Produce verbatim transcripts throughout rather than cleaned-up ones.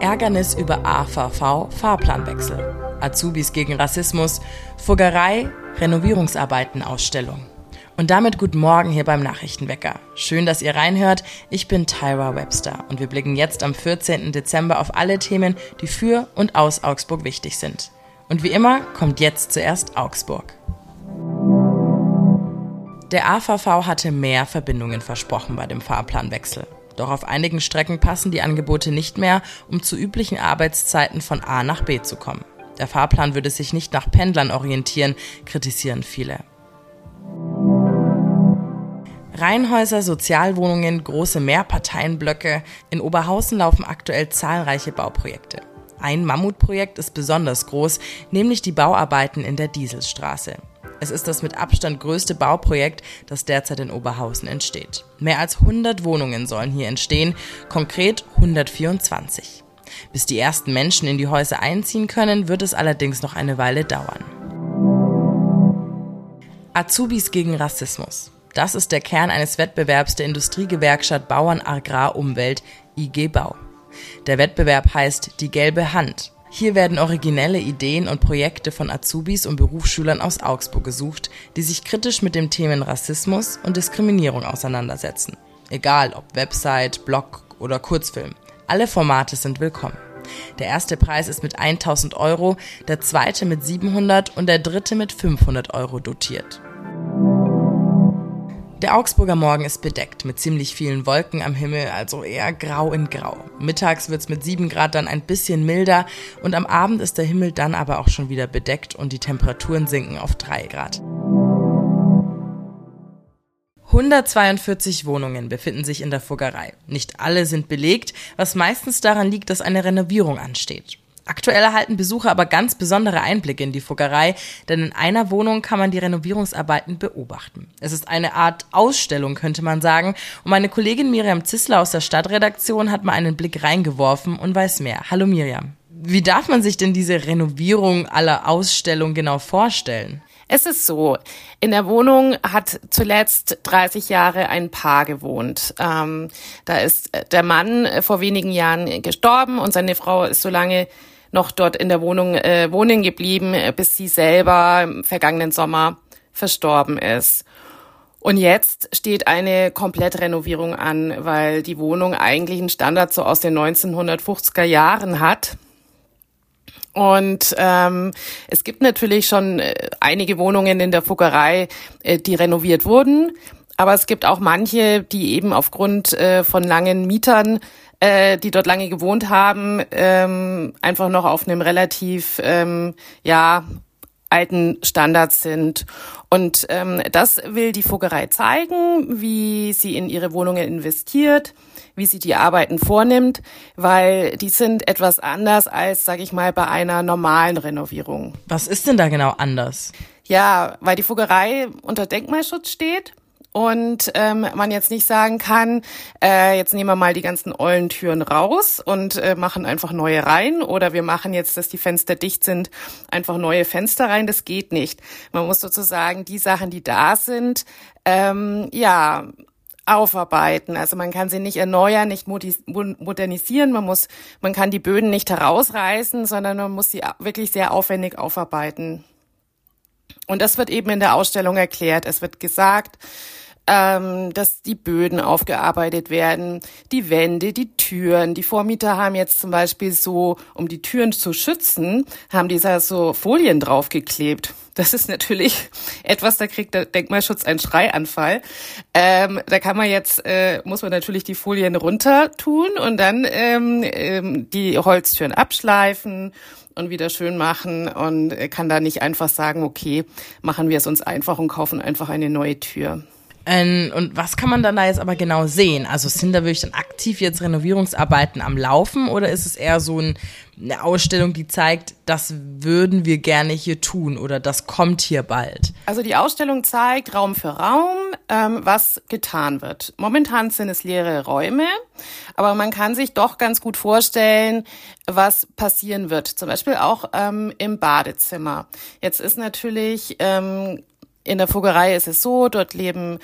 Ärgernis über A V V-Fahrplanwechsel, Azubis gegen Rassismus, Fuggerei, Renovierungsarbeiten-Ausstellung. Und damit guten Morgen hier beim Nachrichtenwecker. Schön, dass ihr reinhört. Ich bin Tyra Webster und wir blicken jetzt am vierzehnten Dezember auf alle Themen, die für und aus Augsburg wichtig sind. Und wie immer kommt jetzt zuerst Augsburg. Der A V V hatte mehr Verbindungen versprochen bei dem Fahrplanwechsel. Doch auf einigen Strecken passen die Angebote nicht mehr, um zu üblichen Arbeitszeiten von A nach B zu kommen. Der Fahrplan würde sich nicht nach Pendlern orientieren, kritisieren viele. Reihenhäuser, Sozialwohnungen, große Mehrparteienblöcke. In Oberhausen laufen aktuell zahlreiche Bauprojekte. Ein Mammutprojekt ist besonders groß, nämlich die Bauarbeiten in der Dieselstraße. Es ist das mit Abstand größte Bauprojekt, das derzeit in Oberhausen entsteht. Mehr als hundert Wohnungen sollen hier entstehen, konkret hundertvierundzwanzig. Bis die ersten Menschen in die Häuser einziehen können, wird es allerdings noch eine Weile dauern. Azubis gegen Rassismus. Das ist der Kern eines Wettbewerbs der Industriegewerkschaft Bauern Agrar Umwelt, I G Bau. Der Wettbewerb heißt Die gelbe Hand. Hier werden originelle Ideen und Projekte von Azubis und Berufsschülern aus Augsburg gesucht, die sich kritisch mit den Themen Rassismus und Diskriminierung auseinandersetzen. Egal ob Website, Blog oder Kurzfilm. Alle Formate sind willkommen. Der erste Preis ist mit tausend Euro, der zweite mit siebenhundert und der dritte mit fünfhundert Euro dotiert. Der Augsburger Morgen ist bedeckt mit ziemlich vielen Wolken am Himmel, also eher grau in grau. Mittags wird's mit sieben Grad dann ein bisschen milder und am Abend ist der Himmel dann aber auch schon wieder bedeckt und die Temperaturen sinken auf drei Grad. hundertzweiundvierzig Wohnungen befinden sich in der Fuggerei. Nicht alle sind belegt, was meistens daran liegt, dass eine Renovierung ansteht. Aktuell erhalten Besucher aber ganz besondere Einblicke in die Fuggerei, denn in einer Wohnung kann man die Renovierungsarbeiten beobachten. Es ist eine Art Ausstellung, könnte man sagen, und meine Kollegin Miriam Zissler aus der Stadtredaktion hat mal einen Blick reingeworfen und weiß mehr. Hallo Miriam. Wie darf man sich denn diese Renovierung aller Ausstellung genau vorstellen? Es ist so, in der Wohnung hat zuletzt dreißig Jahre ein Paar gewohnt. Ähm, da ist der Mann vor wenigen Jahren gestorben und seine Frau ist so lange noch dort in der Wohnung äh, wohnen geblieben, bis sie selber im vergangenen Sommer verstorben ist. Und jetzt steht eine Komplettrenovierung an, weil die Wohnung eigentlich einen Standard so aus den neunzehnhundertfünfziger Jahren hat. Und ähm, es gibt natürlich schon äh, einige Wohnungen in der Fuggerei, äh, die renoviert wurden. Aber es gibt auch manche, die eben aufgrund äh, von langen Mietern, äh, die dort lange gewohnt haben, ähm, einfach noch auf einem relativ ähm, ja alten Standard sind. Und ähm, das will die Fuggerei zeigen, wie sie in ihre Wohnungen investiert, wie sie die Arbeiten vornimmt, weil die sind etwas anders als, sage ich mal, bei einer normalen Renovierung. Was ist denn da genau anders? Ja, weil die Fuggerei unter Denkmalschutz steht und ähm, man jetzt nicht sagen kann, äh, jetzt nehmen wir mal die ganzen ollen Türen raus und äh, machen einfach neue rein oder wir machen jetzt, dass die Fenster dicht sind, einfach neue Fenster rein. Das geht nicht. Man muss sozusagen die Sachen, die da sind, ähm, ja, aufarbeiten. Also man kann sie nicht erneuern, nicht modernisieren, man muss, man kann die Böden nicht herausreißen, sondern man muss sie wirklich sehr aufwendig aufarbeiten. Und das wird eben in der Ausstellung erklärt. Es wird gesagt, ähm, dass die Böden aufgearbeitet werden, die Wände, die Türen. Die Vormieter haben jetzt zum Beispiel so, um die Türen zu schützen, haben die da so Folien draufgeklebt. Das ist natürlich etwas, da kriegt der Denkmalschutz einen Schreianfall. Ähm, da kann man jetzt, äh, muss man natürlich die Folien runter tun und dann ähm, ähm, die Holztüren abschleifen und wieder schön machen und kann da nicht einfach sagen, okay, machen wir es uns einfach und kaufen einfach eine neue Tür. Ähm, und was kann man dann da jetzt aber genau sehen? Also sind da wirklich dann aktiv jetzt Renovierungsarbeiten am Laufen oder ist es eher so ein, eine Ausstellung, die zeigt, das würden wir gerne hier tun oder das kommt hier bald? Also die Ausstellung zeigt Raum für Raum, ähm, was getan wird. Momentan sind es leere Räume, aber man kann sich doch ganz gut vorstellen, was passieren wird. Zum Beispiel auch ähm, im Badezimmer. Jetzt ist natürlich ähm, in der Fuggerei ist es so, dort leben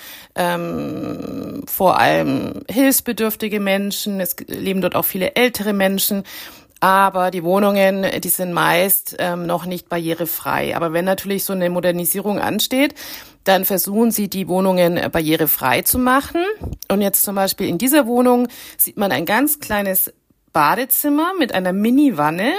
ähm, vor allem hilfsbedürftige Menschen, es leben dort auch viele ältere Menschen. Aber die Wohnungen, die sind meist ähm, noch nicht barrierefrei. Aber wenn natürlich so eine Modernisierung ansteht, dann versuchen sie, die Wohnungen barrierefrei zu machen. Und jetzt zum Beispiel in dieser Wohnung sieht man ein ganz kleines Badezimmer mit einer Mini-Wanne.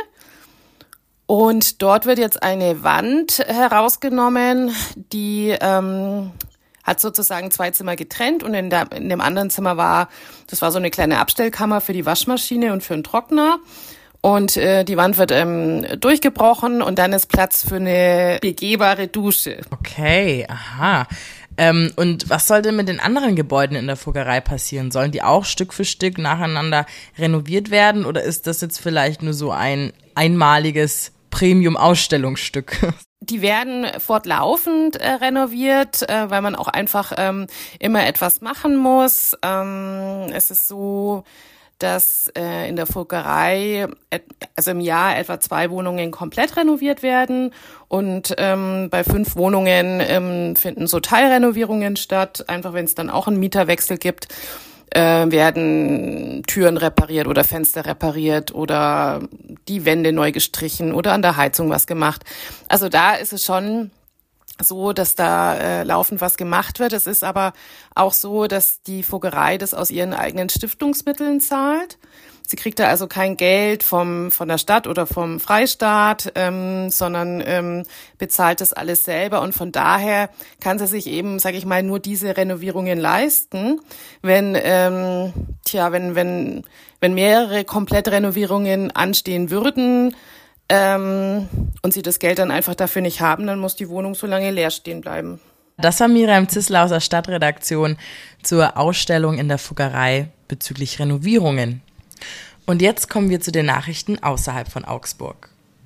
Und dort wird jetzt eine Wand herausgenommen, die ähm, hat sozusagen zwei Zimmer getrennt. Und in, der, in dem anderen Zimmer war, das war so eine kleine Abstellkammer für die Waschmaschine und für einen Trockner. Und äh, die Wand wird ähm, durchgebrochen und dann ist Platz für eine begehbare Dusche. Okay, aha. Ähm, und was soll denn mit den anderen Gebäuden in der Fuggerei passieren? Sollen die auch Stück für Stück nacheinander renoviert werden oder ist das jetzt vielleicht nur so ein einmaliges Premium-Ausstellungsstück? Die werden fortlaufend äh, renoviert, äh, weil man auch einfach ähm, immer etwas machen muss. Ähm, es ist so, dass äh, in der Fuggerei et- also im Jahr etwa zwei Wohnungen komplett renoviert werden und ähm, bei fünf Wohnungen ähm, finden so Teilrenovierungen statt, einfach wenn es dann auch einen Mieterwechsel gibt. Äh, werden Türen repariert oder Fenster repariert oder die Wände neu gestrichen oder an der Heizung was gemacht. Also da ist es schon so, dass da äh, laufend was gemacht wird. Es ist aber auch so, dass die Fuggerei das aus ihren eigenen Stiftungsmitteln zahlt. Sie kriegt da also kein Geld vom von der Stadt oder vom Freistaat, ähm, sondern ähm, bezahlt das alles selber. Und von daher kann sie sich eben, sage ich mal, nur diese Renovierungen leisten. Wenn ähm, tja, wenn wenn wenn mehrere Komplettrenovierungen anstehen würden, Ähm, und sie das Geld dann einfach dafür nicht haben, dann muss die Wohnung so lange leer stehen bleiben. Das war Miriam Zissler aus der Stadtredaktion zur Ausstellung in der Fuggerei bezüglich Renovierungen. Und jetzt kommen wir zu den Nachrichten außerhalb von Augsburg.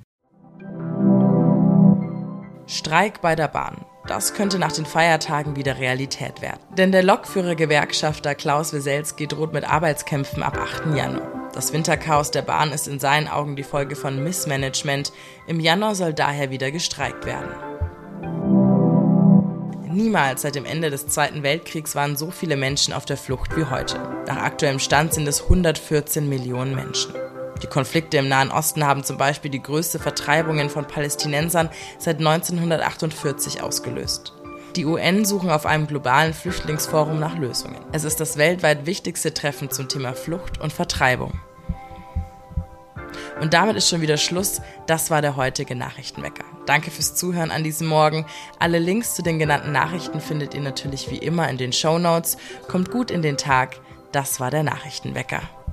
Streik bei der Bahn. Das könnte nach den Feiertagen wieder Realität werden. Denn der Lokführer-Gewerkschafter Klaus Weselski droht mit Arbeitskämpfen ab achten Januar. Das Winterchaos der Bahn ist in seinen Augen die Folge von Missmanagement. Im Januar soll daher wieder gestreikt werden. Niemals seit dem Ende des Zweiten Weltkriegs waren so viele Menschen auf der Flucht wie heute. Nach aktuellem Stand sind es hundertvierzehn Millionen Menschen. Die Konflikte im Nahen Osten haben zum Beispiel die größte Vertreibung von Palästinensern seit neunzehnhundertachtundvierzig ausgelöst. Die U N suchen auf einem globalen Flüchtlingsforum nach Lösungen. Es ist das weltweit wichtigste Treffen zum Thema Flucht und Vertreibung. Und damit ist schon wieder Schluss. Das war der heutige Nachrichtenwecker. Danke fürs Zuhören an diesem Morgen. Alle Links zu den genannten Nachrichten findet ihr natürlich wie immer in den Shownotes. Kommt gut in den Tag. Das war der Nachrichtenwecker.